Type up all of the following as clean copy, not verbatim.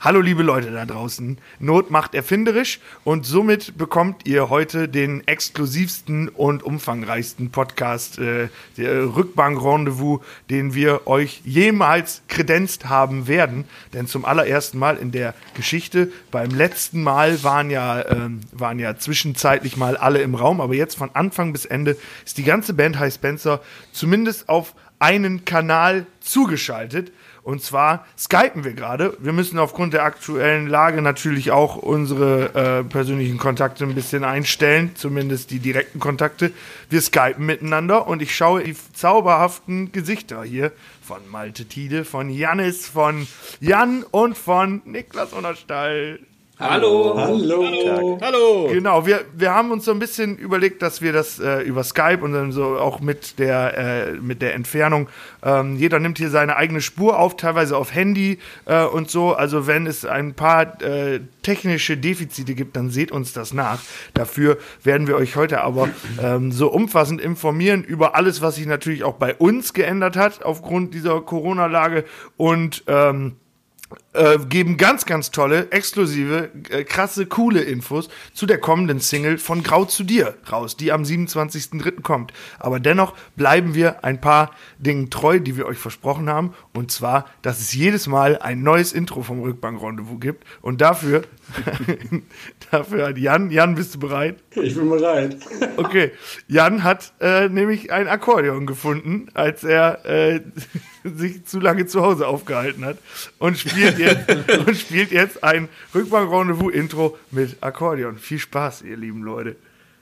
Hallo liebe Leute da draußen, Not macht erfinderisch und somit bekommt ihr heute den exklusivsten und umfangreichsten Podcast, der Rückbank-Rendezvous, den wir euch jemals kredenzt haben werden. Denn zum allerersten Mal in der Geschichte, beim letzten Mal waren ja zwischenzeitlich mal alle im Raum, aber jetzt von Anfang bis Ende ist die ganze Band Hi Spencer zumindest auf einen Kanal zugeschaltet. Und zwar skypen wir gerade. Wir müssen aufgrund der aktuellen Lage natürlich auch unsere persönlichen Kontakte ein bisschen einstellen, zumindest die direkten Kontakte. Wir skypen miteinander und ich schaue die zauberhaften Gesichter hier von Malte Tiede, von Jannis, von Jan und von Niklas Unterstall. Hallo. Hallo. Hallo. Genau, wir haben uns so ein bisschen überlegt, dass wir das über Skype und dann so auch mit der Entfernung, jeder nimmt hier seine eigene Spur auf, teilweise auf Handy und so. Also wenn es ein paar technische Defizite gibt, dann seht uns das nach. Dafür werden wir euch heute aber so umfassend informieren über alles, was sich natürlich auch bei uns geändert hat aufgrund dieser Corona-Lage und geben ganz, ganz tolle, exklusive, krasse, coole Infos zu der kommenden Single von Grau zu dir raus, die am 27.03. kommt. Aber dennoch bleiben wir ein paar Dingen treu, die wir euch versprochen haben. Und zwar, dass es jedes Mal ein neues Intro vom Rückbank-Rendezvous gibt. Und dafür hat Jan, bist du bereit? Ich bin bereit. Okay, Jan hat nämlich ein Akkordeon gefunden, als er sich zu lange zu Hause aufgehalten hat und spielt jetzt ein Rückbank-Rendezvous-Intro mit Akkordeon. Viel Spaß, ihr lieben Leute.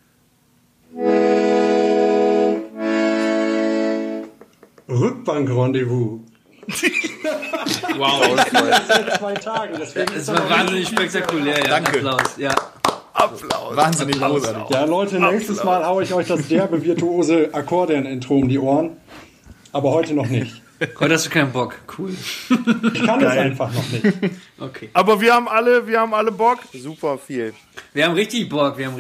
Rückbank-Rendezvous. Wow. Seit 2 Tagen. Das war wahnsinnig spektakulär. Ja. Danke. Applaus. Ja. Applaus. Wahnsinnig großartig. Ja, Leute, nächstes Mal haue ich euch das derbe virtuose Akkordeon-Intro um die Ohren. Aber heute noch nicht. Heute hast du keinen Bock. Cool. Ich kann es einfach noch nicht. Okay. Aber wir haben alle Bock. Super viel. Wir haben richtig Bock. Bock.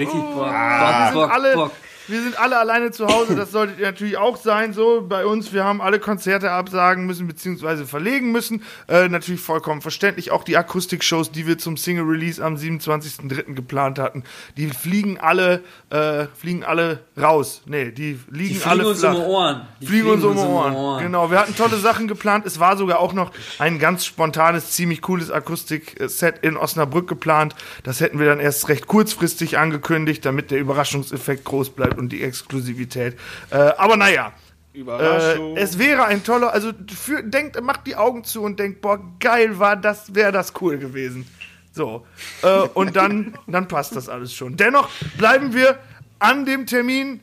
Wir sind alle alleine zu Hause, das solltet ihr natürlich auch sein, so bei uns. Wir haben alle Konzerte absagen müssen, beziehungsweise verlegen müssen. Natürlich vollkommen verständlich. Auch die Akustik-Shows, die wir zum Single-Release am 27.03. geplant hatten, die fliegen alle raus. Nee, die liegen alle uns flach. um die Ohren. Die fliegen uns um die Ohren. Genau, wir hatten tolle Sachen geplant. Es war sogar auch noch ein ganz spontanes, ziemlich cooles Akustik-Set in Osnabrück geplant. Das hätten wir dann erst recht kurzfristig angekündigt, damit der Überraschungseffekt groß bleibt und die Exklusivität. Aber naja, Überraschung. es wäre ein toller, also macht die Augen zu und denkt, boah, geil wäre das cool gewesen. So, und dann passt das alles schon. Dennoch bleiben wir bei dem Termin,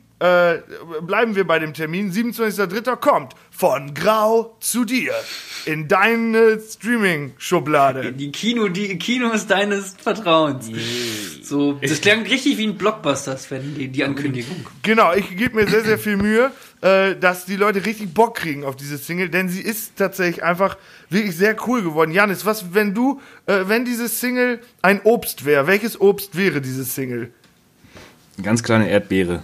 27.03. kommt von Grau zu dir in deine Streaming-Schublade. Die Kinos deines Vertrauens. So, das klang richtig wie ein Blockbuster, Sven, die Ankündigung. Genau, ich gebe mir sehr, sehr viel Mühe, dass die Leute richtig Bock kriegen auf diese Single, denn sie ist tatsächlich einfach wirklich sehr cool geworden. Janis, wenn diese Single ein Obst wäre, welches Obst wäre diese Single? Eine ganz kleine Erdbeere.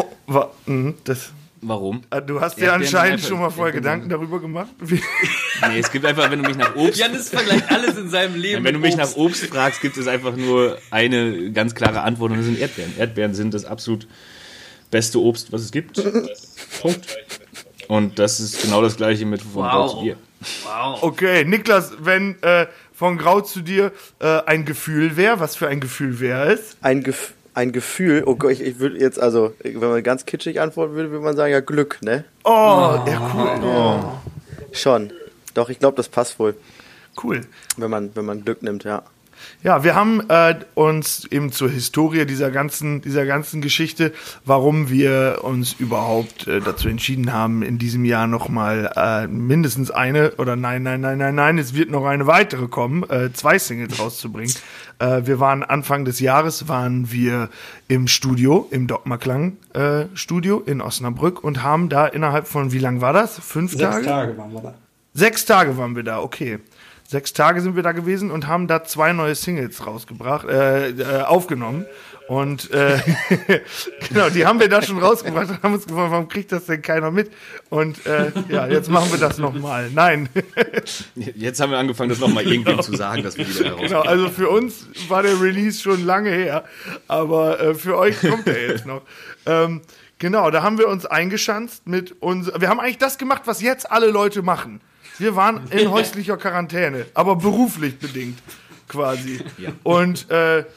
Du Warum? hast dir Erdbeeren anscheinend einfach- schon mal vorher Gedanken darüber gemacht. Nee, es gibt einfach, wenn du mich nach Obst... Janis vergleicht alles in seinem Leben. Wenn du mich mit nach Obst fragst, gibt es einfach nur eine ganz klare Antwort und das sind Erdbeeren. Erdbeeren sind das absolut beste Obst, was es gibt. Punkt. Und das ist genau das gleiche mit von Grau zu dir. Wow. Okay, Niklas, wenn von Grau zu dir ein Gefühl wäre, was für ein Gefühl wäre es? Ein Gefühl, oh Gott, ich würde jetzt, also, wenn man ganz kitschig antworten würde man sagen, ja, Glück, ne? Ja, cool. Schon. Doch, ich glaube, das passt wohl, Cool. wenn man Glück nimmt, ja. Ja, wir haben uns eben zur Historie dieser ganzen Geschichte, warum wir uns überhaupt dazu entschieden haben, in diesem Jahr nochmal mindestens eine, oder nein, es wird noch eine weitere kommen, 2 Singles rauszubringen. Wir waren Anfang des Jahres, im Studio, im Dogmaklang Studio in Osnabrück und haben da innerhalb von, wie lang war das? 5 Tage? 6 Tage waren wir da. 6 Tage waren wir da, okay. 6 Tage sind wir da gewesen und haben da 2 neue Singles rausgebracht, aufgenommen. Und genau, die haben wir da schon rausgebracht und haben uns gefragt, warum kriegt das denn keiner mit? Und jetzt machen wir das nochmal. Nein. Jetzt haben wir angefangen, das nochmal irgendwem zu sagen, dass wir die da herausbringen. Genau, also für uns war der Release schon lange her, aber für euch kommt er jetzt noch. Genau, da haben wir uns eingeschanzt mit uns. Wir haben eigentlich das gemacht, was jetzt alle Leute machen. Wir waren in häuslicher Quarantäne, aber beruflich bedingt quasi. Ja. Und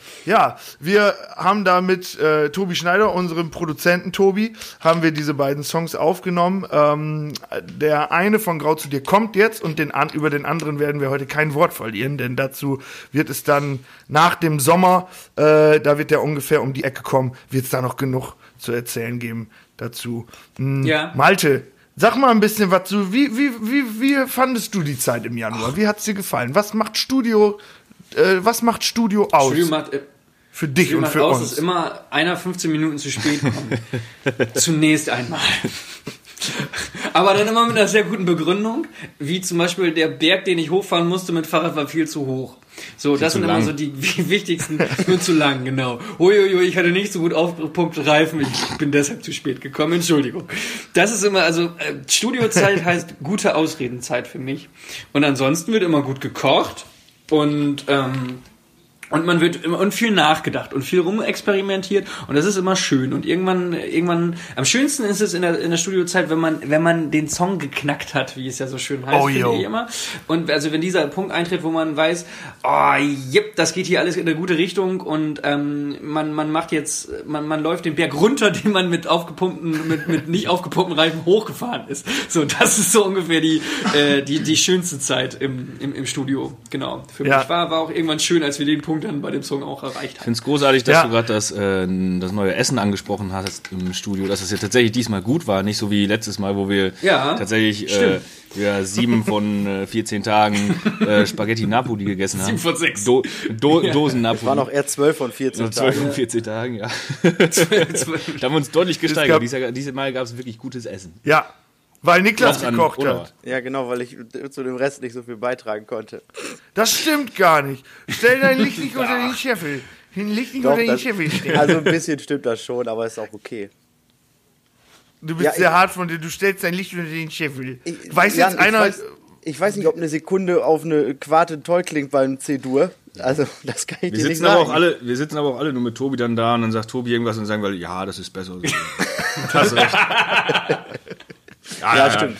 wir haben da mit Tobi Schneider, unserem Produzenten Tobi, haben wir diese beiden Songs aufgenommen. Der eine von Grau zu dir kommt jetzt und über den anderen werden wir heute kein Wort verlieren, denn dazu wird es dann nach dem Sommer, da wird der ungefähr um die Ecke kommen, wird es da noch genug zu erzählen geben dazu. Ja. Malte, sag mal ein bisschen was zu, wie fandest du die Zeit im Januar? Wie hat's dir gefallen? Was macht Studio aus? Studio macht, für dich und für uns. Ist immer einer 15 Minuten zu spät kommen. Zunächst einmal. Aber dann immer mit einer sehr guten Begründung, wie zum Beispiel der Berg, den ich hochfahren musste mit Fahrrad, war viel zu hoch. So, das sind immer so die wichtigsten, nur zu lang, genau. Uiuiui, ich hatte nicht so gut aufgepumpte Reifen, ich bin deshalb zu spät gekommen, Entschuldigung. Das ist immer, also Studiozeit heißt gute Ausredenzeit für mich. Und ansonsten wird immer gut gekocht und man wird immer und viel nachgedacht und viel rumexperimentiert und das ist immer schön und irgendwann am schönsten ist es in der Studiozeit, wenn man den Song geknackt hat, wie es ja so schön heißt, finde ich immer. Und also wenn dieser Punkt eintritt, wo man weiß, das geht hier alles in eine gute Richtung und man macht jetzt, man läuft den Berg runter, den man mit nicht aufgepumpten Reifen hochgefahren ist. So, das ist so ungefähr die schönste Zeit im Studio. Genau. Für mich war auch irgendwann schön, als wir den Punkt dann bei dem Song auch erreicht haben. Ich finde es großartig, dass du gerade das neue Essen angesprochen hast im Studio, dass es ja tatsächlich diesmal gut war, nicht so wie letztes Mal, wo wir tatsächlich 7 von 14 Tagen Spaghetti Napoli gegessen haben. 7 von 6. Dosen Napoli. Es waren auch eher 12 von 14 Tagen. 12 von 14 Tagen, ja. 12. Da haben wir uns deutlich gesteigert. Dieses Mal gab es wirklich gutes Essen. Ja, weil Niklas gekocht hat. Ja, genau, weil ich zu dem Rest nicht so viel beitragen konnte. Das stimmt gar nicht. Stell dein Licht nicht unter den Scheffel. Licht nicht unter den Scheffel stellen. Also ein bisschen stimmt das schon, aber ist auch okay. Du bist sehr hart von dir. Du stellst dein Licht unter den Scheffel. Ich weiß nicht, ob eine Sekunde auf eine Quarte toll klingt beim C-Dur. Also, das kann ich dir nicht sagen. Wir sitzen aber auch alle nur mit Tobi dann da und dann sagt Tobi irgendwas und sagen wir, ja, das ist besser. Hast recht. Ja, stimmt.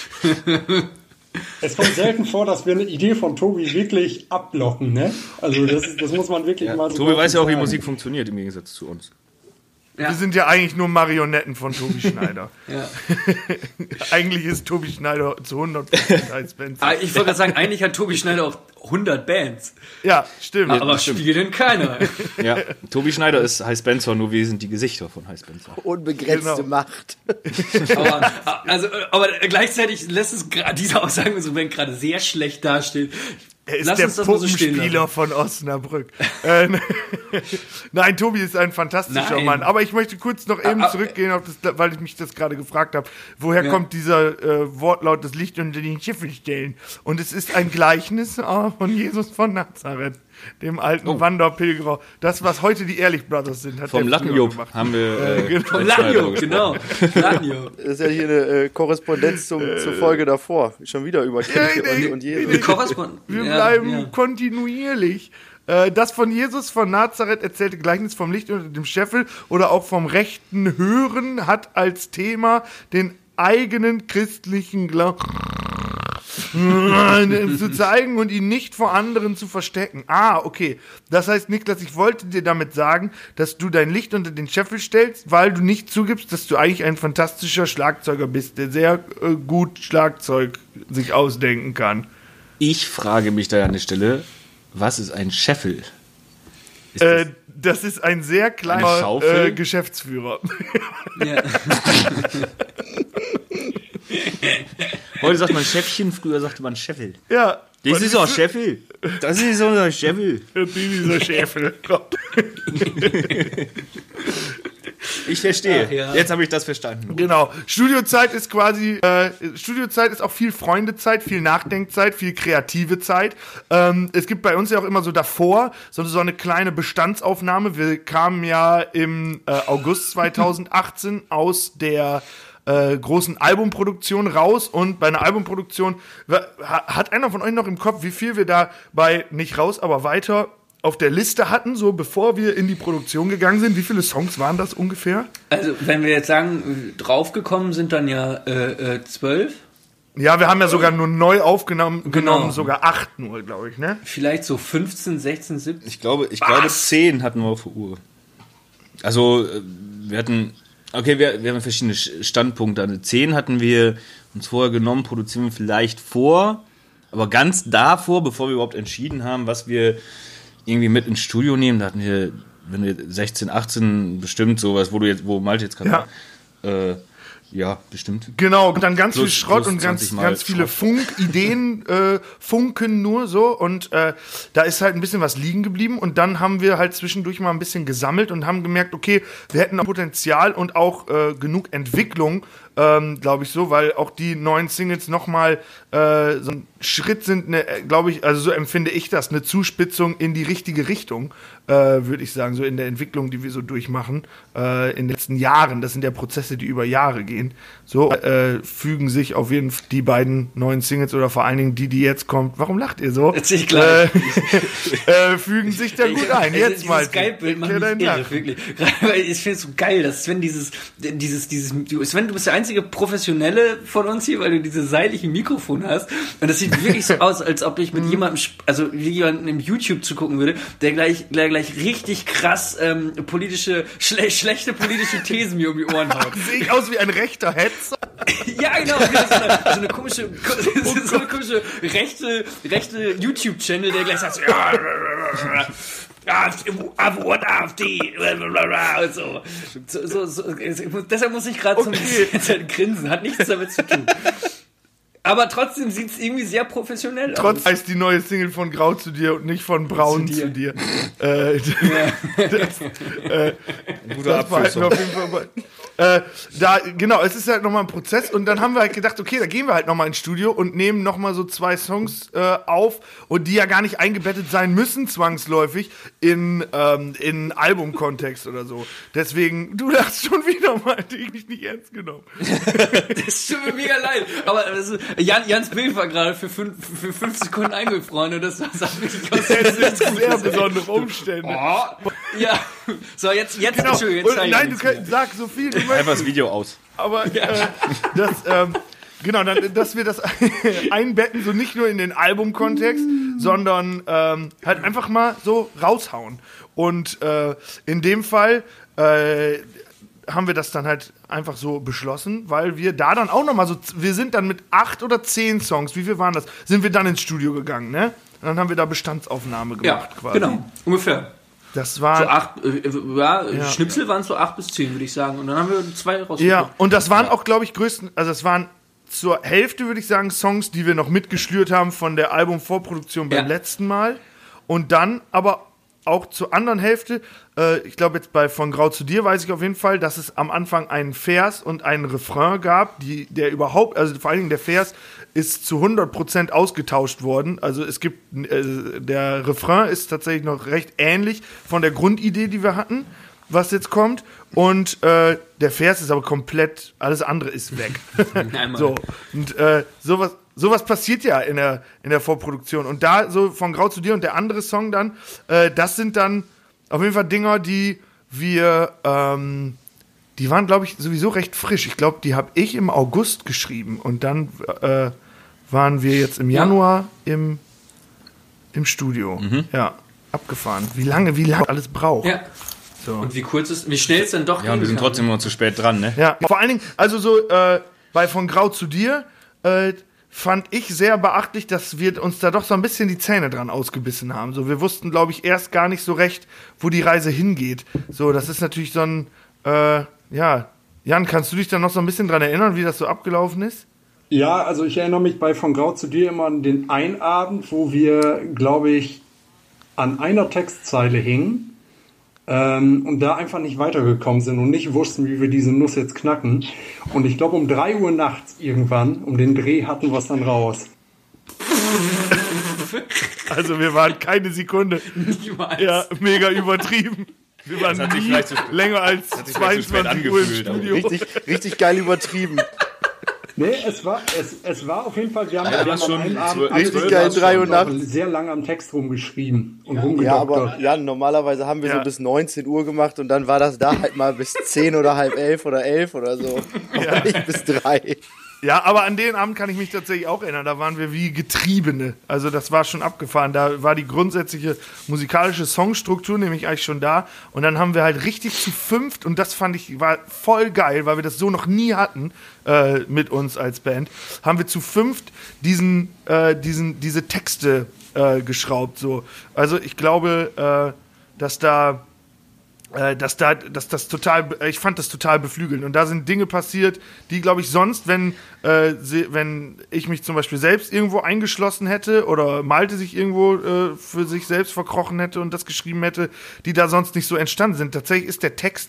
Es kommt selten vor, dass wir eine Idee von Tobi wirklich abblocken, ne? Also das muss man wirklich mal so Tobi weiß ja auch, wie sagen. Musik funktioniert im Gegensatz zu uns. Ja. Wir sind ja eigentlich nur Marionetten von Tobi Schneider. Ja. Eigentlich ist Tobi Schneider zu 100% als Band. Ich wollte gerade sagen, eigentlich hat Tobi Schneider auch 100 Bands. Ja, stimmt. Aber spielt denn keiner. Ja, Tobi Schneider ist High Spencer, nur wir sind die Gesichter von High Spencer. Unbegrenzte Macht. Aber gleichzeitig lässt es diese Aussagen in so Band gerade sehr schlecht dastehen. Er ist Lass der uns das mal so stehen Puppenspieler lassen. von Osnabrück. Nein, Tobi ist ein fantastischer Nein. Mann. Aber ich möchte kurch noch eben zurückgehen, auf das, weil ich mich das gerade gefragt habe. Woher kommt dieser Wortlaut, das Licht unter den Scheffel stellen? Und es ist ein Gleichnis von Jesus von Nazareth, dem alten Wanderpilger. Das, was heute die Ehrlich Brothers sind, hat Vom der früher Lattenjob gemacht. haben wir... Vom Lattenjob, genau. Lattenjob. Das ist ja hier eine Korrespondenz zur Folge davor. Schon wieder über Kirche und Jesus. Wir bleiben kontinuierlich. Das von Jesus von Nazareth erzählte Gleichnis vom Licht unter dem Scheffel oder auch vom rechten Hören hat als Thema den eigenen christlichen Glauben zu zeigen und ihn nicht vor anderen zu verstecken. Okay. Das heißt, Niklas, ich wollte dir damit sagen, dass du dein Licht unter den Scheffel stellst, weil du nicht zugibst, dass du eigentlich ein fantastischer Schlagzeuger bist, der sehr gut Schlagzeug sich ausdenken kann. Ich frage mich da an der Stelle, was ist ein Scheffel? Das ist ein sehr kleiner Geschäftsführer. Ja. Heute sagt man Schäffchen, früher sagte man Scheffel. Ja. Das ist auch Scheffel. Das ist unser Scheffel. Dieser Scheffel. Ich verstehe. Ach, ja. Jetzt habe ich das verstanden. Genau. Studiozeit ist quasi, Studiozeit ist auch viel Freundezeit, viel Nachdenkzeit, viel kreative Zeit. Es gibt bei uns ja auch immer so davor so eine kleine Bestandsaufnahme. Wir kamen ja im August 2018 aus der großen Albumproduktion raus, und bei einer Albumproduktion hat einer von euch noch im Kopf, wie viel wir da bei nicht raus, aber weiter auf der Liste hatten, so bevor wir in die Produktion gegangen sind? Wie viele Songs waren das ungefähr? Also, wenn wir jetzt sagen, draufgekommen sind dann ja 12. Ja, wir haben ja sogar nur neu aufgenommen, Genau. sogar 8 nur, glaube ich, ne? Vielleicht so 15, 16, 17. Ich glaube 10 hatten wir auf der Uhr. Also, wir hatten... Okay, wir haben verschiedene Standpunkte. Eine 10 hatten wir uns vorher genommen, produzieren wir vielleicht vor, aber ganz davor, bevor wir überhaupt entschieden haben, was wir irgendwie mit ins Studio nehmen, da hatten wir, wenn wir 16, 18 bestimmt sowas, wo Malte jetzt gerade ja, bestimmt. Genau, und dann ganz Plus- viel Schrott plus und ganz 20 Mal viele Schrott. Funkideen, funken nur so, und da ist halt ein bisschen was liegen geblieben, und dann haben wir halt zwischendurch mal ein bisschen gesammelt und haben gemerkt, okay, wir hätten auch Potenzial und auch genug Entwicklung, glaube ich so, weil auch die neuen Singles nochmal so ein Schritt sind, glaube ich, also so empfinde ich das, eine Zuspitzung in die richtige Richtung, würde ich sagen, so in der Entwicklung, die wir so durchmachen in den letzten Jahren. Das sind ja Prozesse, die über Jahre gehen. So fügen sich auf jeden Fall die beiden neuen Singles, oder vor allen Dingen die jetzt kommt. Warum lacht ihr so? Erzähl ich gleich. Fügen sich da gut ein. Jetzt mal. Dieses Skype-Bild macht mich irre, wirklich. Gerade weil ich finde es so geil, dass Sven Sven, du bist der einzige Professionelle von uns hier, weil du dieses seitliche Mikrofon hast. Und das sieht wirklich so aus, als ob ich mit jemandem, also wie jemandem im YouTube zugucken würde, der gleich richtig krass schlechte politische Thesen mir um die Ohren haut. Sehe ich aus wie ein rechter Hetzer? Ja, genau. So eine komische rechte YouTube-Channel, der gleich sagt, What AfD und so. Deshalb muss ich gerade so ein bisschen grinsen. Hat nichts damit zu tun. Aber trotzdem sieht es irgendwie sehr professionell aus. Trotz heißt die neue Single von Grau zu dir und nicht von Braun zu dir. Guter Das behalten wir auf jeden Fall bei. Genau, es ist halt nochmal ein Prozess, und dann haben wir halt gedacht, okay, da gehen wir halt nochmal ins Studio und nehmen nochmal so 2 Songs auf, und die ja gar nicht eingebettet sein müssen, zwangsläufig, in Albumkontext oder so. Deswegen, du lachst schon wieder mal, ich nicht ernst genommen. Das tut mir mega leid. Aber Jans Bild war gerade für 5 Sekunden eingefroren, und das sagt wirklich aus. Das sind sehr besondere Umstände. Oh, ja. So, jetzt Genau. Entschuldigung, jetzt Und, nein, du kannst, sag so viel du möchtest. Einfach das Video aus. Aber genau, dass wir das einbetten, so nicht nur in den Albumkontext, sondern halt einfach mal so raushauen. Und in dem Fall haben wir das dann halt einfach so beschlossen, weil wir da dann auch nochmal so, wir sind dann mit 8 oder 10 Songs, wie viel waren das, sind wir dann ins Studio gegangen, ne? Und dann haben wir da Bestandsaufnahme gemacht, quasi. Genau, ungefähr. Das So war 8, Schnipsel waren so 8 bis 10, würde ich sagen. Und dann haben wir 2 rausgebracht. ja, und das waren auch, glaube ich, also es waren zur Hälfte, würde ich sagen, Songs, die wir noch mitgeschnürt haben von der Albumvorproduktion beim letzten Mal. Und dann aber auch zur anderen Hälfte, ich glaube jetzt bei Von Grau zu dir weiß ich auf jeden Fall, dass es am Anfang einen Vers und einen Refrain gab, der überhaupt, also vor allen Dingen der Vers ist zu 100% ausgetauscht worden. Also es gibt, der Refrain ist tatsächlich noch recht ähnlich von der Grundidee, die wir hatten, was jetzt kommt. Und der Vers ist aber komplett, alles andere ist weg. So, und sowas passiert ja in der Vorproduktion. Und da so Von Grau zu dir und der andere Song dann, das sind dann auf jeden Fall Dinger, die wir, die waren, glaube ich, sowieso recht frisch. Ich glaube, die habe ich im August geschrieben. Und dann waren wir jetzt im Januar im Studio. Ja, abgefahren. Wie lange alles braucht. Ja. So. Und wie schnell es dann doch Ja, und wir sind trotzdem immer zu spät dran, ne? Ja, vor allen Dingen, also so bei Von Grau zu dir fand ich sehr beachtlich, dass wir uns da doch so ein bisschen die Zähne dran ausgebissen haben. So, wir wussten, glaube ich, erst gar nicht so recht, wo die Reise hingeht. So, das ist natürlich so ein, Jan, kannst du dich da noch so ein bisschen dran erinnern, wie das so abgelaufen ist? Ja, also ich erinnere mich bei Von Grau zu dir immer an den einen Abend, wo wir, glaube ich, an einer Textzeile hingen und da einfach nicht weitergekommen sind und nicht wussten, wie wir diese Nuss jetzt knacken. Und ich glaube, um 3 Uhr nachts irgendwann, um den Dreh, hatten wir es dann raus. Also wir waren keine Sekunde. Niemals. Ja, mega übertrieben. Wir waren nie länger als 22 Uhr im Studio. Richtig geil übertrieben. Nee, es war auf jeden Fall, wir haben schon an einem Abend richtig geil, 3 Uhr nachts. sehr lange am Text rumgeschrieben und Ja, rumgedoktert. aber Jan, normalerweise haben wir so bis 19 Uhr gemacht und dann war das da halt mal bis 10 oder halb 11 oder 11 oder so. Aber nicht bis 3. Ja, aber an den Abend kann ich mich tatsächlich auch erinnern. Da waren wir wie Getriebene. Also das war schon abgefahren. Da war die grundsätzliche musikalische Songstruktur nämlich eigentlich schon da. Und dann haben wir halt richtig zu 5, und das fand ich, war voll geil, weil wir das so noch nie hatten mit uns als Band, haben wir zu 5 diese Texte geschraubt. So. Also ich glaube, dass das total, ich fand das total beflügelnd. Und da sind Dinge passiert, die, glaube ich, sonst, wenn ich mich zum Beispiel selbst irgendwo eingeschlossen hätte oder Malte sich irgendwo für sich selbst verkrochen hätte und das geschrieben hätte, die da sonst nicht so entstanden sind. Tatsächlich ist der Text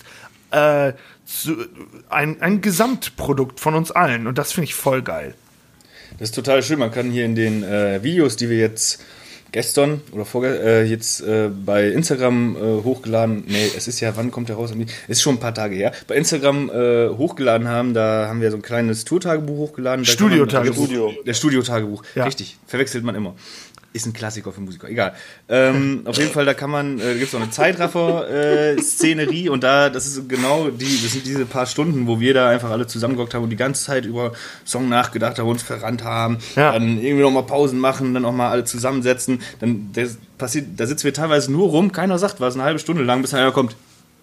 ein Gesamtprodukt von uns allen. Und das finde ich voll geil. Das ist total schön. Man kann hier in den Videos, die wir jetzt gestern oder jetzt bei Instagram hochgeladen, es ist ja, wann kommt der raus? Ist schon ein paar Tage her. Bei Instagram hochgeladen haben, da haben wir so ein kleines Tourtagebuch hochgeladen. Studiotagebuch. Der Studiotagebuch, ja. Richtig, verwechselt man immer. Ist ein Klassiker für Musiker, egal. Auf jeden Fall, da gibt es so eine Zeitraffer-Szenerie und das ist genau das sind diese paar Stunden, wo wir da einfach alle zusammengehockt haben und die ganze Zeit über Song nachgedacht haben, uns verrannt haben, dann irgendwie nochmal Pausen machen, dann auch mal alle zusammensetzen. Dann da sitzen wir teilweise nur rum, keiner sagt was, eine halbe Stunde lang, bis einer kommt.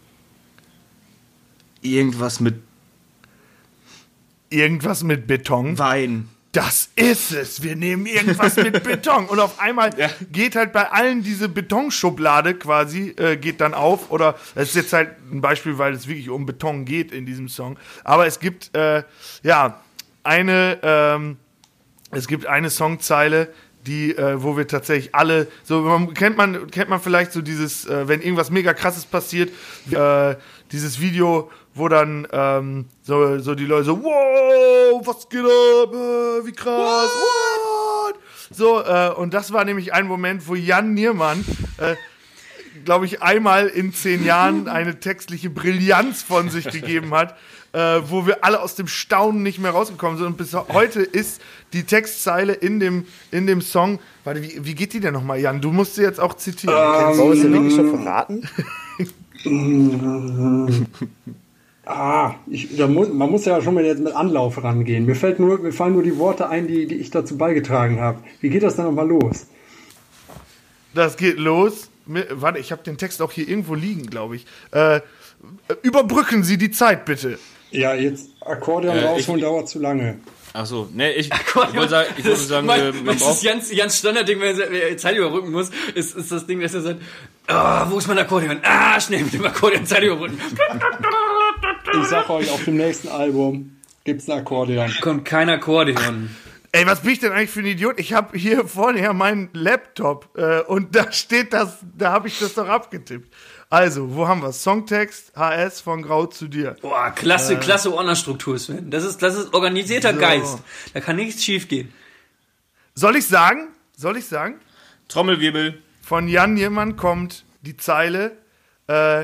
Irgendwas mit Beton. Wein. Das ist es. Wir nehmen irgendwas mit Beton. Und auf einmal geht halt bei allen diese Betonschublade quasi, geht dann auf. Oder das ist jetzt halt ein Beispiel, weil es wirklich um Beton geht in diesem Song. Aber es gibt, eine Songzeile, wo wir tatsächlich alle, so kennt man vielleicht so dieses, wenn irgendwas mega krasses passiert, dieses Video, wo dann so die Leute so, wow, was geht ab, wie krass, what? So, und das war nämlich ein Moment, wo Jan Niermann, glaube ich, einmal in 10 Jahren eine textliche Brillanz von sich gegeben hat, wo wir alle aus dem Staunen nicht mehr rausgekommen sind. Und bis heute ist die Textzeile in dem Song, warte, wie geht die denn nochmal, Jan? Du musst sie jetzt auch zitieren. Wollen wir es denn wirklich schon verraten? Man muss ja schon mal jetzt mit Anlauf rangehen. Mir fallen nur die Worte ein, die ich dazu beigetragen habe. Wie geht das dann nochmal los? Das geht los. Warte, ich habe den Text auch hier irgendwo liegen, glaube ich. Überbrücken Sie die Zeit, bitte. Ja, jetzt Akkordeon rausholen dauert zu lange. Ach so, ich wollte sagen, man braucht... Das Jans Standardding, wenn er Zeit überbrücken muss, ist das Ding, dass er sagt, wo ist mein Akkordeon? Schnell mit dem Akkordeon Zeit überbrücken. Ich sag euch, auf dem nächsten Album gibt's ein Akkordeon. Kommt kein Akkordeon. Ey, was bin ich denn eigentlich für ein Idiot? Ich habe hier vorne meinen Laptop und da steht das, da habe ich das doch abgetippt. Also, wo haben wir Songtext, HS von Grau zu dir. Boah, klasse Ordnerstruktur, Sven. Das ist organisierter Geist. Da kann nichts schief gehen. Soll ich sagen? Trommelwirbel. Von Jan Niermann kommt die Zeile, da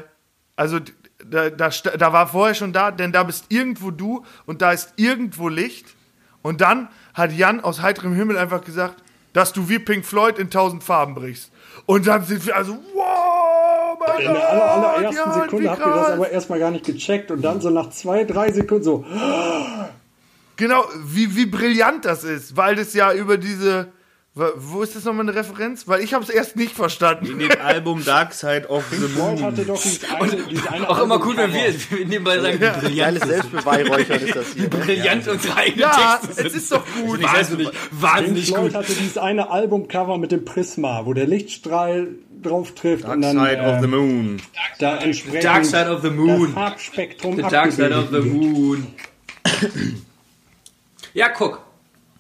war vorher schon da, denn da bist irgendwo du und da ist irgendwo Licht. Und dann hat Jan aus heiterem Himmel einfach gesagt, dass du wie Pink Floyd in 1000 Farben brichst. Und dann sind wir also, wow, mein In der allerersten Sekunde habt ihr das aber erstmal gar nicht gecheckt und dann so nach 2-3 Sekunden so. Genau, wie brillant das ist, weil das ja über diese... Wo ist das nochmal eine Referenz? Weil ich habe es erst nicht verstanden. In dem Album Dark Side of the Moon. Hatte doch diese eine auch immer cool, wenn wir nebenbei sagen, wie brillant. Geiles Selbstbeweihräuchern ist das hier. Wie brillant unsere eigenen Ja, Texte sind. es ist doch gut. Wahnsinnig Pink Floyd gut. hatte dieses eine Albumcover mit dem Prisma, wo der Lichtstrahl drauf trifft Dark und dann Side of the Moon. da entsprechend Dark Side of the Moon. das Farbspektrum The Dark Side of the abgebildet wird. Moon. Ja, guck.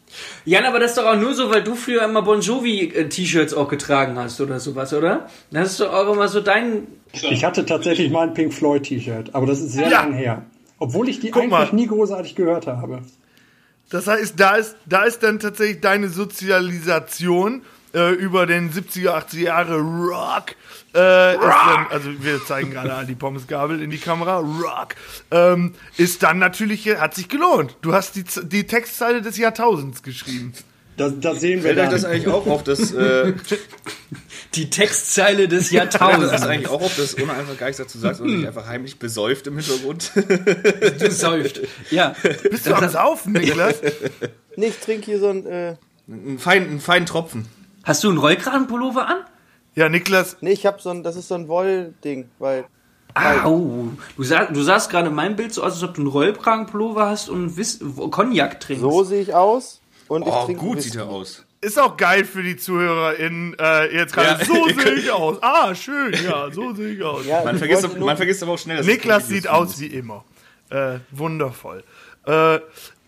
Jan, aber das ist doch auch nur so, weil du früher immer Bon Jovi-T-Shirts auch getragen hast oder sowas, oder? Das ist doch auch immer so dein... Ich hatte tatsächlich mal ein Pink Floyd-T-Shirt, aber das ist sehr lang her. Obwohl ich die nie großartig gehört habe. Das heißt, da ist dann tatsächlich deine Sozialisation über den 70er, 80er Jahre Rock. Also wir zeigen gerade die Pommesgabel in die Kamera. Rock. Ist dann natürlich, hat sich gelohnt. Du hast die Textzeile des Jahrtausends geschrieben. Das sehen wir dann. Fällt euch das eigentlich auch auf, dass... die Textzeile des Jahrtausends. Das ist eigentlich auch auf, dass ohne einfach gar nichts dazu sagst und sich einfach heimlich besäuft im Hintergrund. Du säuft. Ja. Bist du am Saufen, Niklas? Nee, ich trinke hier so einen feinen Tropfen. Hast du einen Rollkragenpullover an? Ja, Niklas. Nee, ich hab das ist so ein Wollding, weil... Au, du sahst gerade in meinem Bild so aus, als ob du einen Rollkragenpullover hast und Cognac trinkst. So sehe ich aus. Und ich trinke gut Whisky. sieht er aus. Ist auch geil für die ZuhörerInnen jetzt gerade. Ja, so sehe ich aus. Ah, schön, ja, so sehe ich aus. Ja, man vergisst aber auch schnell, dass Niklas sieht aus wie immer. Wundervoll. Also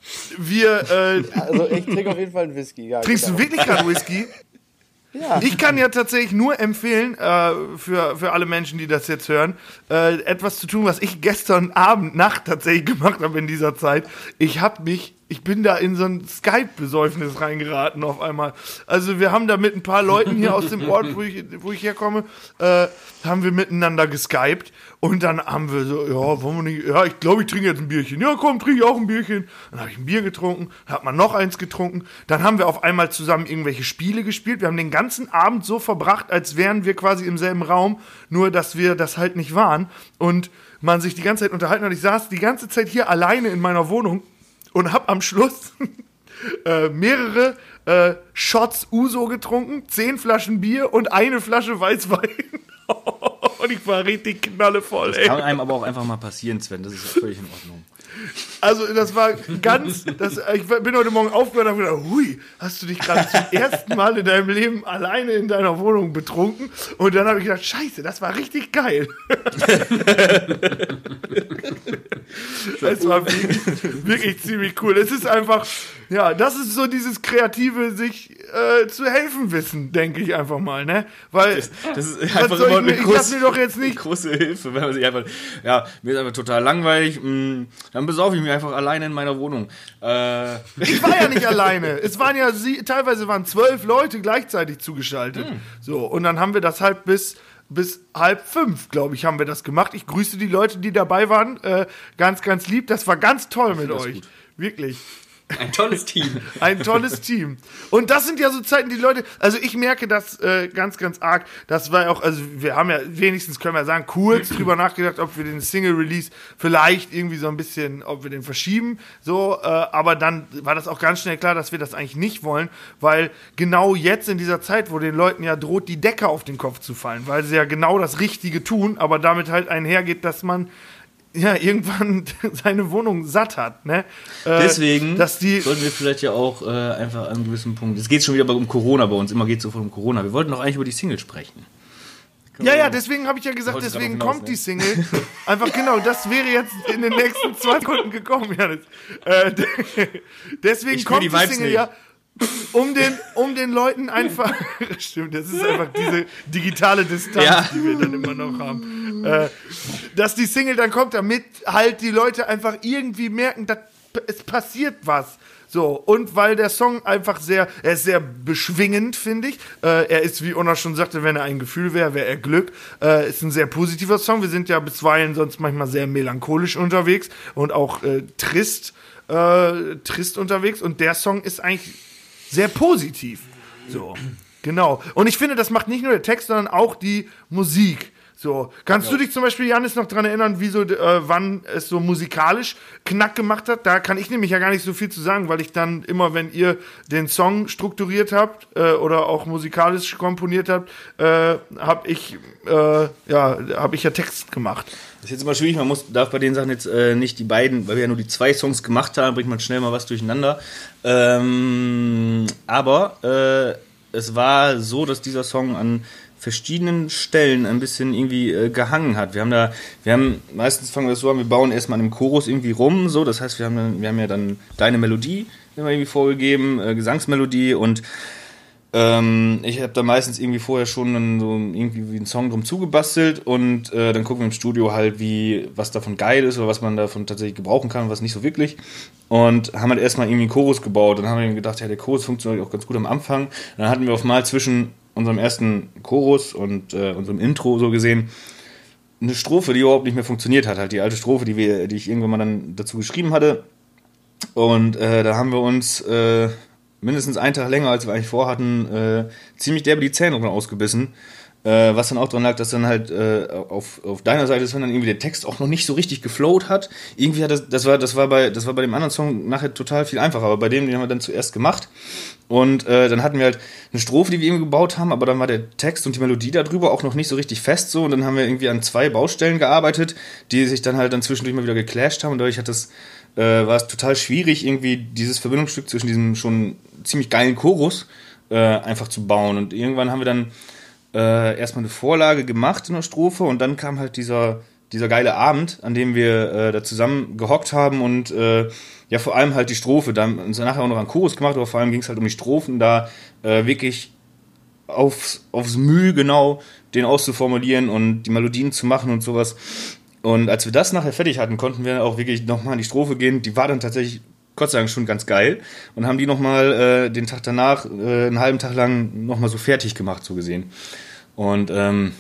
ich trinke auf jeden Fall einen Whisky. Ja, trinkst du wirklich gerade Whisky? Ja. Ich kann ja tatsächlich nur empfehlen, für alle Menschen, die das jetzt hören, etwas zu tun, was ich gestern Nacht tatsächlich gemacht habe in dieser Zeit. Ich bin da in so ein Skype-Besäufnis reingeraten auf einmal. Also wir haben da mit ein paar Leuten hier aus dem Ort, wo ich herkomme, haben wir miteinander geskypt und dann haben wir so, wollen wir nicht, ich glaube, ich trinke jetzt ein Bierchen. Ja, komm, trinke ich auch ein Bierchen. Dann habe ich ein Bier getrunken, dann hat man noch eins getrunken. Dann haben wir auf einmal zusammen irgendwelche Spiele gespielt. Wir haben den ganzen Abend so verbracht, als wären wir quasi im selben Raum, nur dass wir das halt nicht waren. Und man sich die ganze Zeit unterhalten hat. Ich saß die ganze Zeit hier alleine in meiner Wohnung und hab am Schluss mehrere Shots Uso getrunken, 10 Flaschen Bier und eine Flasche Weißwein. Und ich war richtig knallevoll, ey. Das kann einem aber auch einfach mal passieren, Sven. Das ist ja völlig in Ordnung. Also das war ich bin heute Morgen aufgehört und habe gedacht, hui, hast du dich gerade zum ersten Mal in deinem Leben alleine in deiner Wohnung betrunken? Und dann habe ich gedacht, scheiße, das war richtig geil. Das war wirklich ziemlich cool. Es ist einfach, das ist so dieses kreative sich zu helfen wissen, denke ich einfach mal, ne? Weil das ist einfach immer eine große Hilfe, wenn man sich einfach, mir ist einfach total langweilig, dann besaufe ich mich einfach alleine in meiner Wohnung. Ich war ja nicht alleine. Es waren ja teilweise 12 Leute gleichzeitig zugeschaltet. So, und dann haben wir das halt bis 4:30, glaube ich, haben wir das gemacht. Ich grüße die Leute, die dabei waren. Ganz, ganz lieb. Das war ganz toll mit euch. Gut. Wirklich. Ein tolles Team. Ein tolles Team. Und das sind ja so Zeiten, die Leute, also ich merke das ganz, ganz arg. Das war auch, also wir haben ja wenigstens, können wir sagen, kurz drüber nachgedacht, ob wir den Single-Release vielleicht irgendwie so ein bisschen, ob wir den verschieben, so, aber dann war das auch ganz schnell klar, dass wir das eigentlich nicht wollen, weil genau jetzt in dieser Zeit, wo den Leuten ja droht, die Decke auf den Kopf zu fallen, weil sie ja genau das Richtige tun, aber damit halt einhergeht, dass man irgendwann seine Wohnung satt hat, ne? Deswegen sollten wir vielleicht ja auch einfach an einem gewissen Punkt, es geht schon wieder um Corona bei uns, immer geht es so um Corona, wir wollten doch eigentlich über die Single sprechen. Deswegen habe ich ja gesagt, deswegen kommt die Single. Einfach genau, das wäre jetzt in den nächsten 2 Sekunden gekommen, Janis. Deswegen kommt die Single ja, um den Leuten einfach, stimmt, das ist einfach diese digitale Distanz, die wir dann immer noch haben, dass die Single dann kommt, damit halt die Leute einfach irgendwie merken, dass es passiert was. So, und weil der Song einfach er ist sehr beschwingend, finde ich. Er ist, wie Ona schon sagte, wenn er ein Gefühl wäre er Glück. Ist ein sehr positiver Song. Wir sind ja bisweilen sonst manchmal sehr melancholisch unterwegs und auch trist unterwegs. Und der Song ist eigentlich sehr positiv. So, genau. Und ich finde, das macht nicht nur der Text, sondern auch die Musik. So, kannst du dich zum Beispiel, Janis, noch dran erinnern, wann es so musikalisch Knack gemacht hat? Da kann ich nämlich ja gar nicht so viel zu sagen, weil ich dann immer, wenn ihr den Song strukturiert habt oder auch musikalisch komponiert habt, habe ich ja Text gemacht. Das ist jetzt immer schwierig, darf bei den Sachen jetzt nicht die beiden, weil wir ja nur die 2 Songs gemacht haben, bringt man schnell mal was durcheinander. Aber es war so, dass dieser Song an verschiedenen Stellen ein bisschen irgendwie gehangen hat. Meistens fangen wir das so an, wir bauen erstmal an dem Chorus irgendwie rum, so, das heißt, wir haben ja dann deine Melodie immer irgendwie vorgegeben, Gesangsmelodie und ich habe da meistens irgendwie vorher schon dann so irgendwie wie einen Song drum zugebastelt und dann gucken wir im Studio halt, was davon geil ist oder was man davon tatsächlich gebrauchen kann und was nicht so wirklich. Und haben halt erstmal irgendwie einen Chorus gebaut. Dann haben wir gedacht, ja, der Chorus funktioniert auch ganz gut am Anfang. Dann hatten wir auf mal zwischen unserem ersten Chorus und unserem Intro so gesehen eine Strophe, die überhaupt nicht mehr funktioniert hat. Halt die alte Strophe, die ich irgendwann mal dann dazu geschrieben hatte. Und da haben wir uns mindestens einen Tag länger, als wir eigentlich vorhatten, ziemlich derbe die Zähne ausgebissen. Was dann auch dran lag, dass dann halt auf deiner Seite ist, wenn dann irgendwie der Text auch noch nicht so richtig geflowt hat. Irgendwie hat das war bei dem anderen Song nachher total viel einfacher, aber bei dem, den haben wir dann zuerst gemacht. Und dann hatten wir halt eine Strophe, die wir eben gebaut haben, aber dann war der Text und die Melodie darüber auch noch nicht so richtig fest so. Und dann haben wir irgendwie an 2 Baustellen gearbeitet, die sich dann halt dann zwischendurch mal wieder geclasht haben. Und dadurch war es total schwierig, irgendwie dieses Verbindungsstück zwischen diesem schon ziemlich geilen Chorus einfach zu bauen. Und irgendwann haben wir dann erstmal eine Vorlage gemacht in der Strophe und dann kam halt dieser geile Abend, an dem wir da zusammen gehockt haben und ja vor allem halt die Strophe, da haben wir uns nachher auch noch einen Chorus gemacht, aber vor allem ging es halt um die Strophen, da wirklich aufs Mühe genau den auszuformulieren und die Melodien zu machen und sowas. Und als wir das nachher fertig hatten, konnten wir auch wirklich nochmal in die Strophe gehen, die war dann tatsächlich Gott sei Dank schon ganz geil und haben die nochmal den Tag danach einen halben Tag lang nochmal so fertig gemacht, so gesehen. Und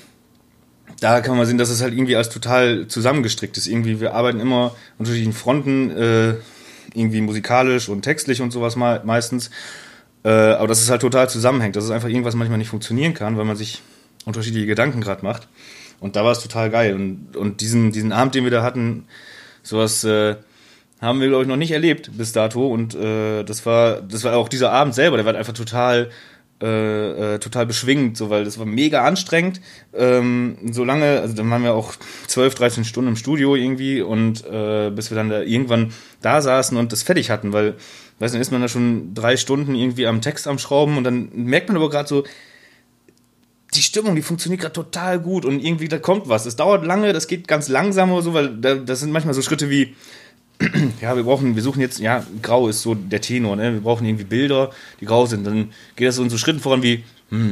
da kann man sehen, dass es halt irgendwie als total zusammengestrickt ist. Irgendwie, wir arbeiten immer an unterschiedlichen Fronten, irgendwie musikalisch und textlich und sowas meistens. Aber dass es halt total zusammenhängt, dass es einfach irgendwas manchmal nicht funktionieren kann, weil man sich unterschiedliche Gedanken gerade macht. Und da war es total geil. Und diesen Abend, den wir da hatten, sowas haben wir, glaube ich, noch nicht erlebt bis dato. Und das war auch dieser Abend selber, der war einfach total beschwingend, so, weil das war mega anstrengend. So lange, also dann waren wir auch 12, 13 Stunden im Studio irgendwie und bis wir dann da irgendwann da saßen und das fertig hatten, weil, weißt du, dann ist man da schon 3 Stunden irgendwie am Text am Schrauben und dann merkt man aber gerade so, die Stimmung, die funktioniert gerade total gut und irgendwie da kommt was. Es dauert lange, das geht ganz langsam oder so, weil das sind manchmal so Schritte wie ja, wir suchen jetzt, ja, grau ist so der Tenor, ne? Wir brauchen irgendwie Bilder, die grau sind. Dann geht das so in so Schritten voran wie,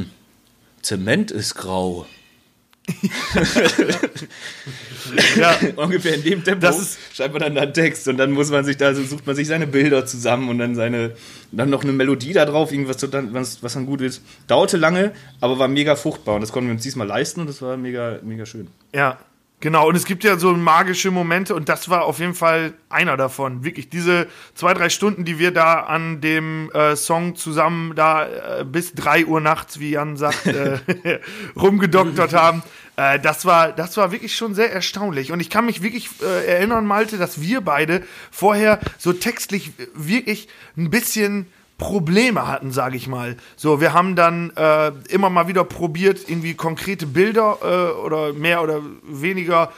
Zement ist grau. Ja, ungefähr in dem Tempo schreibt man dann da einen Text und dann sucht man sich seine Bilder zusammen und dann noch eine Melodie da drauf, irgendwas, was dann gut ist. Dauerte lange, aber war mega fruchtbar und das konnten wir uns diesmal leisten und das war mega, mega schön. Ja. Genau, und es gibt ja so magische Momente und das war auf jeden Fall einer davon. Wirklich, diese 2, 3 Stunden, die wir da an dem Song zusammen da bis 3 Uhr nachts, wie Jan sagt, rumgedoktert haben, das war wirklich schon sehr erstaunlich. Und ich kann mich wirklich erinnern, Malte, dass wir beide vorher so textlich wirklich ein bisschen Probleme hatten, sage ich mal. So, wir haben dann immer mal wieder probiert, irgendwie konkrete Bilder oder mehr oder weniger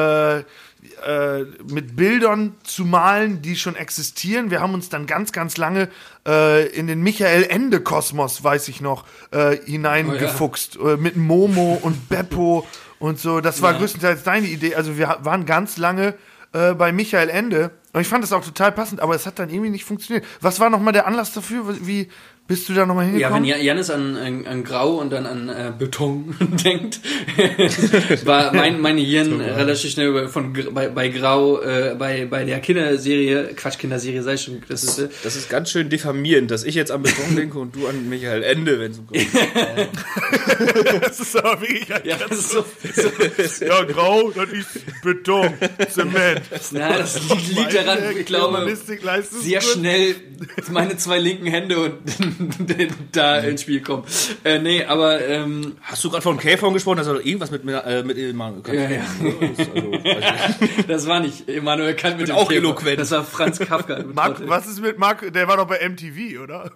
mit Bildern zu malen, die schon existieren. Wir haben uns dann ganz, ganz lange in den Michael-Ende-Kosmos, weiß ich noch, hineingefuchst. Mit Momo und Beppo und so. Das war größtenteils deine Idee. Also wir waren ganz lange bei Michael Ende. Und ich fand das auch total passend, aber es hat dann irgendwie nicht funktioniert. Was war nochmal der Anlass dafür? Wie bist du da nochmal hingekommen? Ja, wenn Janis an Grau und dann an Beton denkt, war mein Hirn relativ schnell bei Grau, bei der Kinderserie, Kinderserie, sei schon. Das ist ganz schön diffamierend, dass ich jetzt an Beton denke und du an Michael Ende, wenn es um Das ist aber wirklich das ist so. Ja, Grau, das ist Beton, Zement. Na, das liegt daran, ich glaube, sehr schnell meine 2 linken Hände und da ins Spiel kommen. Nee, aber hast du gerade von Käfern gesprochen? Das war doch irgendwas mit Emanuel Kant. Ja. Das war nicht Emanuel Kant mit dem auch Käfer. eloquent. Das war Franz Kafka. Was ist mit Marc? Der war doch bei MTV, oder?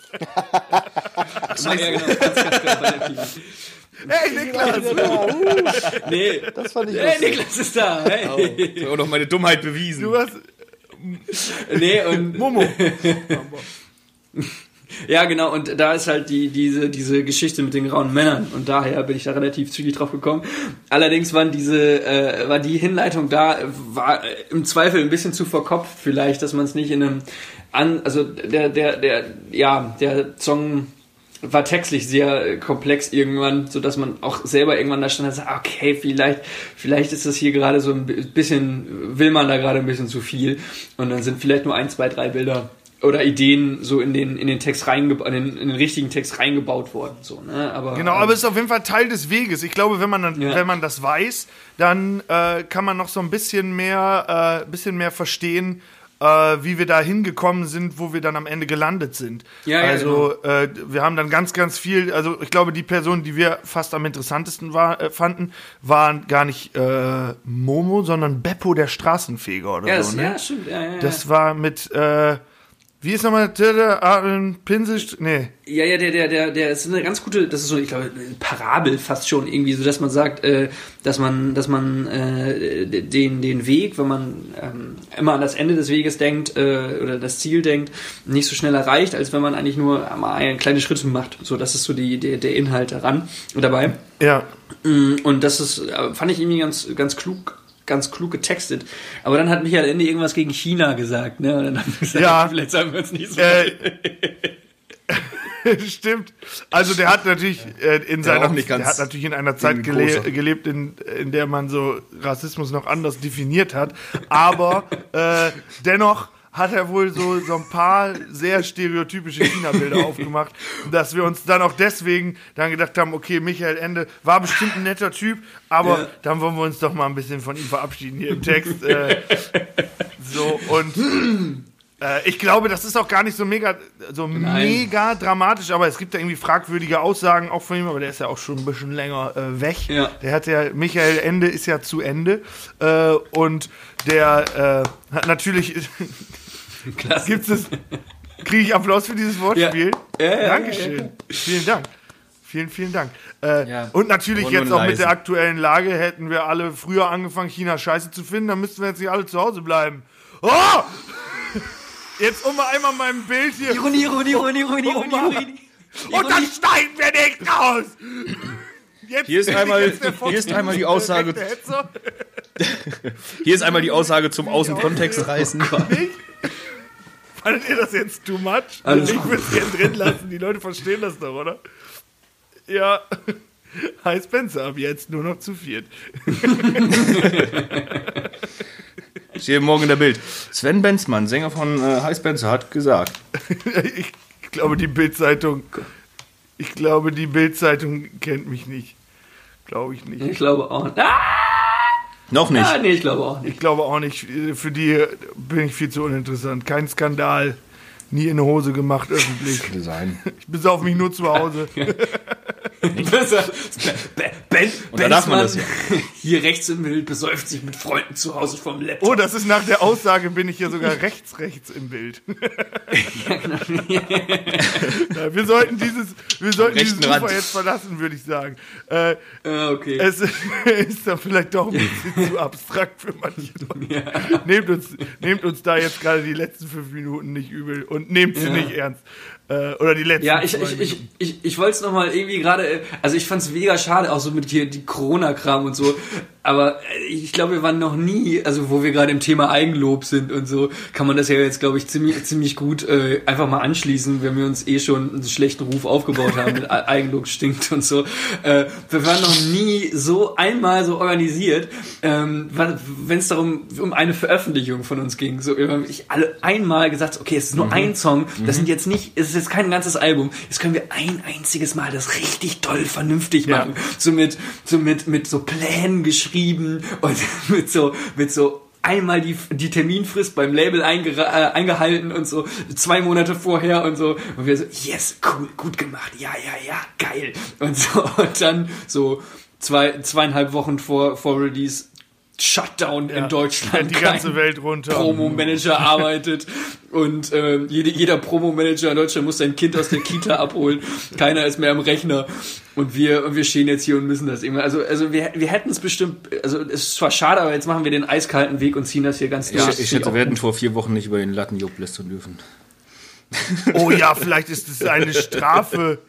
Ja, genau, Franz Kafka bei MTV. Hey, Niklas! Nee, das fand ich Hey, Niklas ist da! Hey. Ich habe auch noch meine Dummheit bewiesen. Du hast... Nee, und... Momo. Ja, genau, und da ist halt diese Geschichte mit den grauen Männern und daher bin ich da relativ zügig drauf gekommen. Allerdings war die Hinleitung war im Zweifel ein bisschen zu verkopft vielleicht, dass man es nicht in einem also der Song war textlich sehr komplex irgendwann, so dass man auch selber irgendwann da stand und sagt, okay, vielleicht ist das hier gerade so ein bisschen, will man da gerade ein bisschen zu viel und dann sind vielleicht nur 1, 2, 3 Bilder oder Ideen so in den Text in den richtigen Text reingebaut worden, so, ne? Aber es ist auf jeden Fall Teil des Weges. Ich glaube, wenn man das weiß, dann kann man noch so ein bisschen mehr verstehen, wie wir da hingekommen sind, wo wir dann am Ende gelandet sind. Ja, also genau. Wir haben dann ganz, ganz viel, also ich glaube, die Person, die wir fast am interessantesten fanden, waren gar nicht Momo, sondern Beppo, der Straßenfeger oder so. Ne? Ja, stimmt. Ja. Das war mit, wie ist nochmal Pinsel? Nee. Ja, der ist eine ganz gute, das ist so, ich glaube, eine Parabel fast schon irgendwie, so dass man sagt, dass man den Weg, wenn man immer an das Ende des Weges denkt oder das Ziel denkt, nicht so schnell erreicht, als wenn man eigentlich nur mal kleine Schritte macht. So, das ist so der Inhalt daran und dabei. Ja. Und das ist, fand ich irgendwie ganz klug getextet. Aber dann hat Michael Ende irgendwas gegen China gesagt, ne? Und dann haben wir gesagt, vielleicht sagen wir uns nicht so. Stimmt. Also der hat natürlich in einer Zeit gelebt, in der man so Rassismus noch anders definiert hat. Aber dennoch hat er wohl so ein paar sehr stereotypische China-Bilder aufgemacht, dass wir uns dann auch deswegen dann gedacht haben, okay, Michael Ende war bestimmt ein netter Typ, aber dann wollen wir uns doch mal ein bisschen von ihm verabschieden hier im Text. Ich glaube, das ist auch gar nicht so mega dramatisch, aber es gibt da irgendwie fragwürdige Aussagen auch von ihm, aber der ist ja auch schon ein bisschen länger weg. Ja. Der hat ja, Michael Ende ist ja zu Ende und der hat natürlich kriege ich Applaus für dieses Wortspiel? Ja. Dankeschön. Ja. Vielen Dank. Vielen Dank. Und natürlich jetzt auch mit der aktuellen Lage hätten wir alle früher angefangen, China scheiße zu finden, dann müssten wir jetzt nicht alle zu Hause bleiben. Oh! Jetzt einmal mein Bild hier. Ironie. Und dann steigen wir nicht raus! Hier ist einmal die Aussage. Hier ist einmal die Aussage zum Außenkontext reißen. Fandet ihr das jetzt too much? Ich würde es gerne drin lassen. Die Leute verstehen das doch, oder? Ja. Hi Spencer, ab jetzt nur noch zu viert. Ich stehe morgen in der Bild. Sven Benzmann, Sänger von Hi Spencer, hat gesagt. Ich glaube, die Bild-Zeitung kennt mich nicht. Glaube ich nicht. Ich glaube auch nicht. Noch nicht? Nee, ich glaube auch nicht. Ich glaube auch nicht. Für die bin ich viel zu uninteressant. Kein Skandal. Nie in die Hose gemacht, öffentlich. Könnte sein. Ich besauf mich nur zu Hause. Und da darf man das ja. Hier rechts im Bild besäuft sich mit Freunden zu Hause vom Laptop. Oh, das ist nach der Aussage, bin ich hier sogar rechts im Bild. Ja, wir sollten dieses Ufer jetzt verlassen, würde ich sagen. Okay. Es ist da vielleicht doch ein bisschen zu abstrakt für manche Leute. Ja. Nehmt uns da jetzt gerade die letzten 5 Minuten nicht übel und nehmt sie nicht ernst. Oder die letzten. Ja, ich wollte es nochmal irgendwie gerade, also ich fand es mega schade, auch so mit hier die Corona-Kram und so, aber ich glaube, wir waren noch nie, also wo wir gerade im Thema Eigenlob sind und so, kann man das ja jetzt, glaube ich, ziemlich gut einfach mal anschließen, wenn wir uns schon einen schlechten Ruf aufgebaut haben, mit Eigenlob stinkt und so. Wir waren noch nie einmal so organisiert, wenn es um eine Veröffentlichung von uns ging. So, ich alle einmal gesagt, okay, es ist nur ein Song, das sind jetzt nicht, es ist jetzt kein ganzes Album, jetzt können wir ein einziges Mal das richtig toll vernünftig machen. So mit so Plänen geschrieben und mit so einmal die Terminfrist beim Label eingehalten und so 2 Monate vorher und so. Und wir so, yes, cool, gut gemacht, ja, geil. Und so, und dann so 2,5 Wochen vor Release, Shutdown in Deutschland. Die ganze Welt runter. Promo-Manager arbeitet und jeder Promo-Manager in Deutschland muss sein Kind aus der Kita abholen. Keiner ist mehr am Rechner. Und wir stehen jetzt hier und müssen das immer. Also wir hätten es bestimmt, also es ist zwar schade, aber jetzt machen wir den eiskalten Weg und ziehen das hier ganz durch. Ich hätte, wir hätten vor 4 Wochen nicht über den Lattenjob lästern dürfen. Oh ja, vielleicht ist es eine Strafe.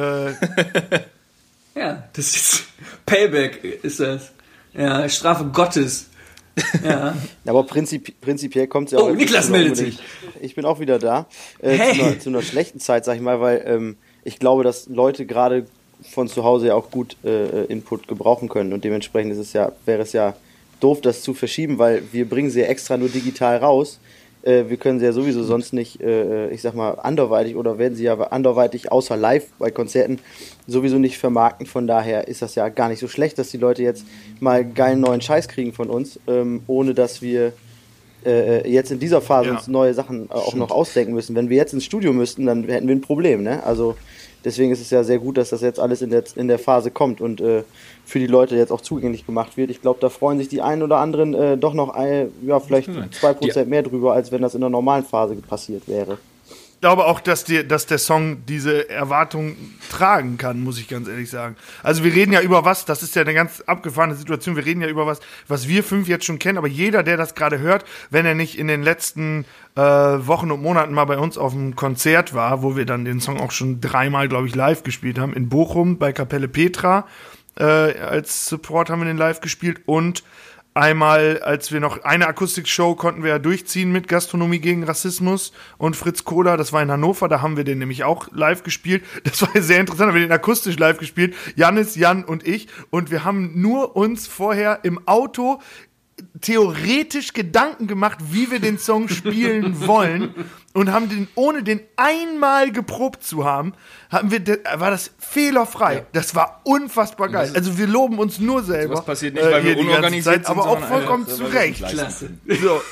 Ja, das ist Payback, ist das. Ja, Strafe Gottes. Ja. Aber prinzipiell kommt es ja auch... Oh, Niklas meldet sich. Ich bin auch wieder da. Hey. Zu einer schlechten Zeit, sag ich mal, weil ich glaube, dass Leute gerade von zu Hause ja auch gut Input gebrauchen können und dementsprechend wäre es ja doof, das zu verschieben, weil wir bringen sie ja extra nur digital raus. Wir können sie ja sowieso sonst nicht, ich sag mal, anderweitig oder werden sie ja anderweitig außer live bei Konzerten sowieso nicht vermarkten. Von daher ist das ja gar nicht so schlecht, dass die Leute jetzt mal geilen neuen Scheiß kriegen von uns, ohne dass wir jetzt in dieser Phase uns neue Sachen auch noch ausdenken müssen. Wenn wir jetzt ins Studio müssten, dann hätten wir ein Problem, ne? Also deswegen ist es ja sehr gut, dass das jetzt alles in der Phase kommt und für die Leute jetzt auch zugänglich gemacht wird. Ich glaube, da freuen sich die einen oder anderen doch noch vielleicht 2% mehr drüber, als wenn das in der normalen Phase passiert wäre. Ich glaube auch, dass der Song diese Erwartung tragen kann, muss ich ganz ehrlich sagen. Also wir reden ja über was, das ist ja eine ganz abgefahrene Situation, wir reden ja über was wir 5 jetzt schon kennen, aber jeder, der das gerade hört, wenn er nicht in den letzten Wochen und Monaten mal bei uns auf einem Konzert war, wo wir dann den Song auch schon 3-mal, glaube ich, live gespielt haben, in Bochum bei Kapelle Petra, als Support haben wir den live gespielt und einmal, als wir noch eine Akustikshow konnten wir ja durchziehen mit Gastronomie gegen Rassismus und Fritz Kohler, das war in Hannover, da haben wir den nämlich auch live gespielt. Das war sehr interessant, da haben wir den akustisch live gespielt, Jannis, Jan und ich, und wir haben nur uns vorher im Auto theoretisch Gedanken gemacht, wie wir den Song spielen wollen und haben den, ohne den einmal geprobt zu haben, war das fehlerfrei. Ja. Das war unfassbar geil. Also wir loben uns nur selber. Das passiert nicht, weil wir unorganisiert sind, aber auch vollkommen zu Recht. Klasse. So.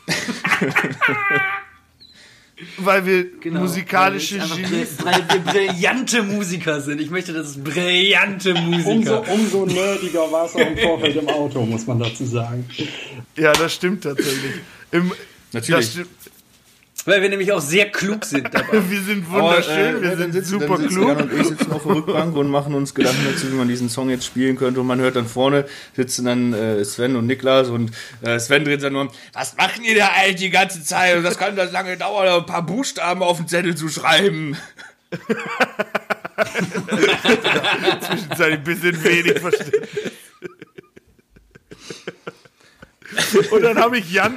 Weil wir musikalische Genies weil wir brillante Musiker sind. Ich möchte, dass es brillante Musiker. Umso nerdiger war es auch im Vorfeld im Auto, muss man dazu sagen. Ja, das stimmt tatsächlich. Natürlich. Weil wir nämlich auch sehr klug sind dabei. Wir sind wunderschön, wir sind super klug. Jan und ich sitzen auf der Rückbank und machen uns Gedanken dazu, wie man diesen Song jetzt spielen könnte. Und man hört dann vorne, sitzen dann Sven und Niklas und Sven dreht dann nur, was machen ihr da eigentlich die ganze Zeit? Und das kann das lange dauern, ein paar Buchstaben auf den Zettel zu schreiben. Zwischenzeitlich ein bisschen wenig verstanden. Und dann habe ich Jan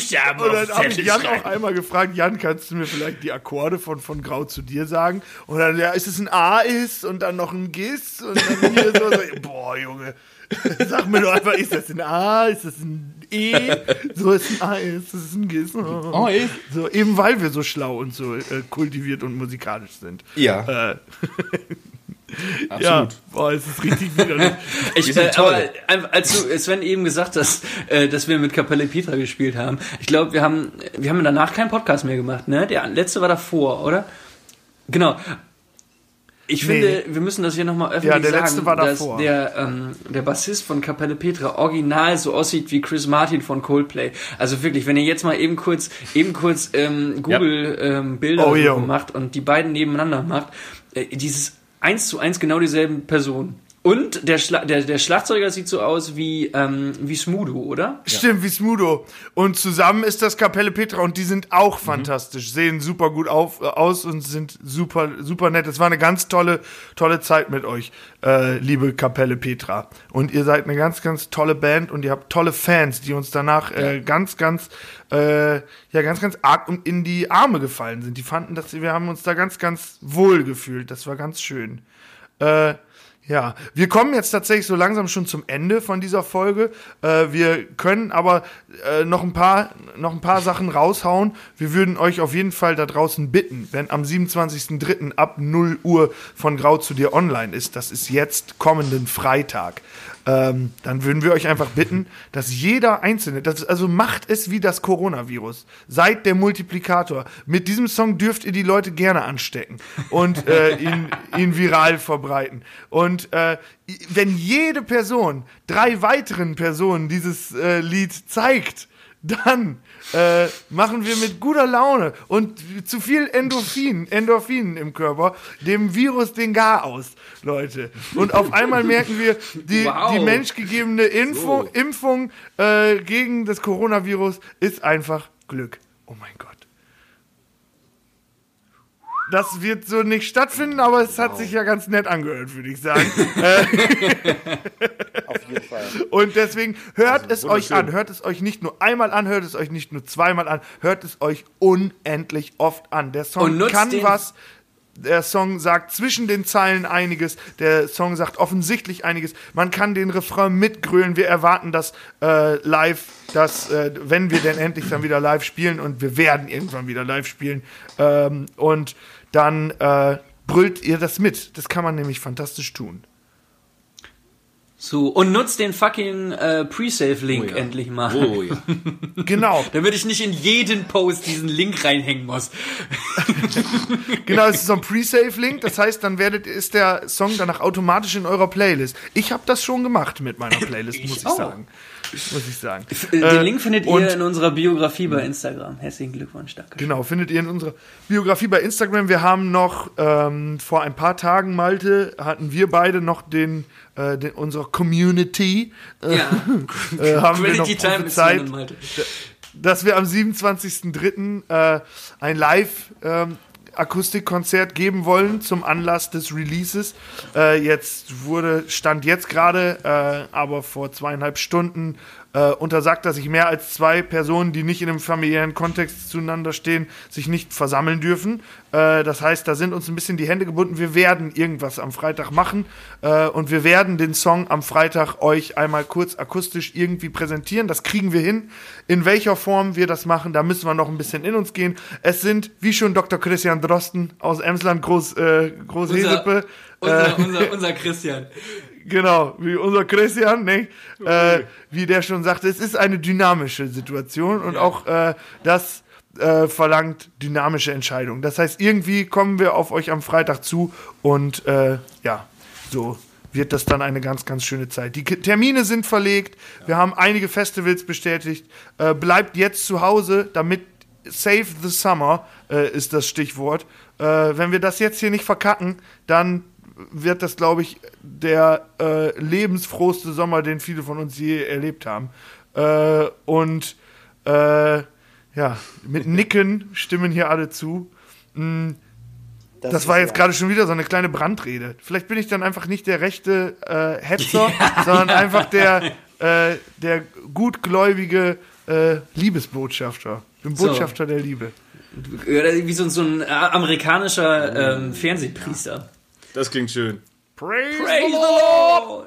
auch einmal gefragt, Jan, kannst du mir vielleicht die Akkorde von Grau zu dir sagen? Und dann, ja, ist es ein A ist und dann noch ein Gis und dann hier so, boah, Junge, sag mir doch einfach, ist das ein A, ist das ein E? So ist ein A, ist das ein Gis? Oh, so, eben weil wir so schlau und so kultiviert und musikalisch sind. Ja. Absolut. Ja, boah, es ist richtig widerlich. Aber als du, Sven, eben gesagt hast, dass wir mit Kapelle Petra gespielt haben, ich glaube, wir haben danach keinen Podcast mehr gemacht, ne? Der letzte war davor, oder? Genau. Ich finde, wir müssen das hier nochmal öffentlich sagen, dass der Bassist von Kapelle Petra original so aussieht wie Chris Martin von Coldplay. Also wirklich, wenn ihr jetzt mal eben kurz Google Bilder macht und die beiden nebeneinander macht, dieses 1:1 genau dieselben Personen. Und der Schlagzeuger sieht so aus wie Smudo, oder? Stimmt, wie Smudo. Und zusammen ist das Kapelle Petra und die sind auch fantastisch, sehen super gut aus und sind super, super nett. Es war eine ganz tolle Zeit mit euch, liebe Kapelle Petra. Und ihr seid eine ganz, ganz tolle Band und ihr habt tolle Fans, die uns danach ganz, ganz arg in die Arme gefallen sind. Die fanden, wir haben uns da ganz, ganz wohl gefühlt. Das war ganz schön. Ja, wir kommen jetzt tatsächlich so langsam schon zum Ende von dieser Folge. Wir können aber noch ein paar Sachen raushauen. Wir würden euch auf jeden Fall da draußen bitten, wenn am 27.03. ab 0 Uhr von Grau zu dir online ist, das ist jetzt kommenden Freitag, dann würden wir euch einfach bitten, dass jeder Einzelne, also macht es wie das Coronavirus, seid der Multiplikator. Mit diesem Song dürft ihr die Leute gerne anstecken und ihn viral verbreiten. Und wenn jede Person 3 weiteren Personen dieses Lied zeigt, dann machen wir mit guter Laune und zu viel Endorphinen im Körper dem Virus den Garaus, Leute. Und auf einmal merken wir, die menschgegebene Impfung gegen das Coronavirus ist einfach Glück. Oh mein Gott. Das wird so nicht stattfinden, aber es hat sich ja ganz nett angehört, würde ich sagen. Auf jeden Fall. Und deswegen hört es euch wunderschön. an. Hört es euch nicht nur einmal an, hört es euch nicht nur zweimal an, hört es euch unendlich oft an. Der Song Und nutzt kann den- was. Der Song sagt zwischen den Zeilen einiges. Der Song sagt offensichtlich einiges. Man kann den Refrain mitgrölen. Wir erwarten das live, wenn wir denn endlich dann wieder live spielen, und wir werden irgendwann wieder live spielen. Und dann brüllt ihr das mit. Das kann man nämlich fantastisch tun. So, und nutzt den fucking Pre-Save-Link Oh ja. endlich mal. Oh ja. Genau. Damit ich nicht in jeden Post diesen Link reinhängen muss. Genau, es ist so ein Pre-Save-Link, das heißt, dann ist der Song danach automatisch in eurer Playlist. Ich habe das schon gemacht mit meiner Playlist, muss ich auch. sagen. Den Link findet und- ihr in unserer Biografie bei Instagram. Herzlichen Glückwunsch, danke. Genau, findet ihr in unserer Biografie bei Instagram. Wir haben noch vor ein paar Tagen, Malte, hatten wir beide noch unsere Community Ja. haben wir noch Quality Time ist prophezeit, und Malte. dass wir am 27.03. Ein Live-Akustikkonzert geben wollen zum Anlass des Releases. Stand jetzt gerade, aber vor 2,5 Stunden untersagt, dass sich mehr als 2 Personen, die nicht in einem familiären Kontext zueinander stehen, sich nicht versammeln dürfen. Das heißt, da sind uns ein bisschen die Hände gebunden. Wir werden irgendwas am Freitag machen und wir werden den Song am Freitag euch einmal kurz akustisch irgendwie präsentieren. Das kriegen wir hin. In welcher Form wir das machen, da müssen wir noch ein bisschen in uns gehen. Es sind, wie schon Dr. Christian Drosten aus Emsland, Groß-Hesepe. Unser Christian. Genau, wie unser Christian, ne? Wie der schon sagte, es ist eine dynamische Situation und auch das verlangt dynamische Entscheidungen. Das heißt, irgendwie kommen wir auf euch am Freitag zu und so wird das dann eine ganz, ganz schöne Zeit. Die Termine sind verlegt, wir haben einige Festivals bestätigt. Bleibt jetzt zu Hause, damit Save the Summer ist das Stichwort. Wenn wir das jetzt hier nicht verkacken, dann wird das, glaube ich, der lebensfrohste Sommer, den viele von uns je erlebt haben. Mit Nicken stimmen hier alle zu. Das war jetzt gerade schon wieder so eine kleine Brandrede. Vielleicht bin ich dann einfach nicht der rechte Hetzer, sondern einfach der gutgläubige Liebesbotschafter. Ich bin Botschafter der Liebe. Wie so ein amerikanischer Fernsehpriester. Das klingt schön. Praise Praise the Lord!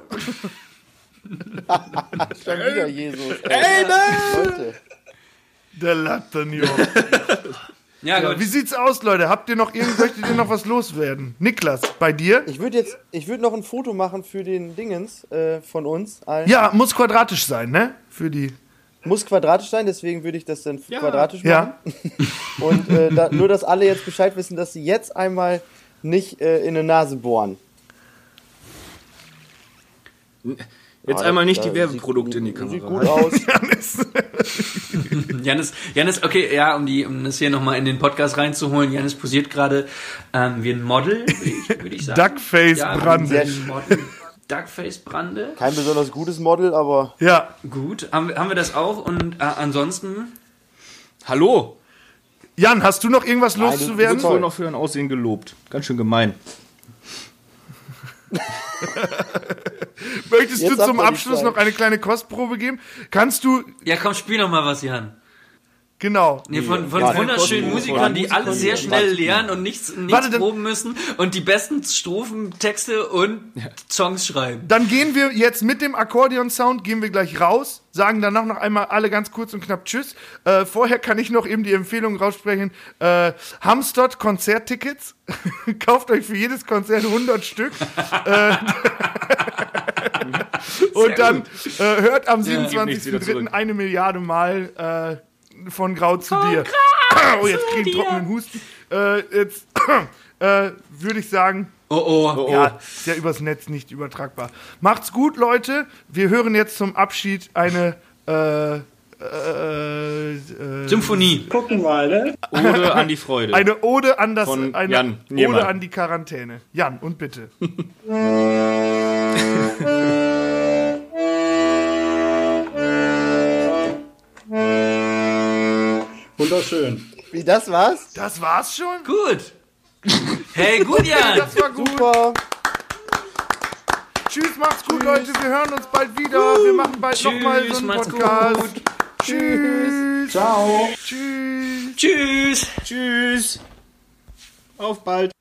Schon wieder Jesus. Leute. der Latanior. Ja, gut. Wie sieht's aus, Leute? Möchtet ihr noch was loswerden? Niklas, bei dir? Ich würde noch ein Foto machen für den Dingens von uns allen. Ja, muss quadratisch sein, ne? Für die. Muss quadratisch sein, deswegen würde ich das dann quadratisch machen. Ja. Und nur, dass alle jetzt Bescheid wissen, dass sie jetzt einmal nicht in eine Nase bohren. Jetzt einmal nicht die Werbeprodukte in die Sieht Kamera. gut aus. Janis, okay, ja, um das hier nochmal in den Podcast reinzuholen, Janis posiert gerade wie ein Model, würde ich sagen. Duckface Brande. sehr Ein Model. Duckface Brande. Kein besonders gutes Model, aber Ja, Gut, haben wir das auch und ansonsten... Hallo! Jan, hast du noch irgendwas Du loszuwerden? wirst wohl noch für dein Aussehen gelobt. Ganz schön gemein. Möchtest Jetzt du habt zum ihr die Abschluss Zeit. noch eine kleine Kostprobe geben? Kannst du, Ja, komm, spiel noch mal was, Jan. genau. Nee, von Ja, wunderschönen Kostprobe Musikern, die von alle sehr Musikern, schnell lernen und nichts Warte, dann- proben müssen und die besten Strophen, Texte und Songs schreiben. Dann gehen wir jetzt mit dem Akkordeon-Sound, gehen wir gleich raus, sagen danach noch einmal alle ganz kurz und knapp Tschüss. Vorher kann ich noch eben die Empfehlung raussprechen. Hamstot Konzerttickets. Kauft euch für jedes Konzert 100 Stück. Und dann hört am Gib nichts wieder 27.03. zurück. 1 Milliarde Mal von Grau zu dir. Oh, jetzt krieg ich einen trockenen Husten. Jetzt würde ich sagen, Oh. ja, ist ja übers Netz nicht übertragbar. Macht's gut, Leute. Wir hören jetzt zum Abschied eine Symphonie. Gucken mal, ne? Ode an die Freude. eine Ode an das Von eine Jan Niemann. Ode an die Quarantäne. Jan, und bitte. Wunderschön. wie das war's? Das war's schon? Gut. Hey, gut, Jan. Das war gut. Super. Tschüss, macht's gut, Leute. Wir hören uns bald wieder. Wir machen bald nochmal so einen macht's Podcast. gut. Tschüss. Ciao. Tschüss. Tschüss. Tschüss. Auf bald.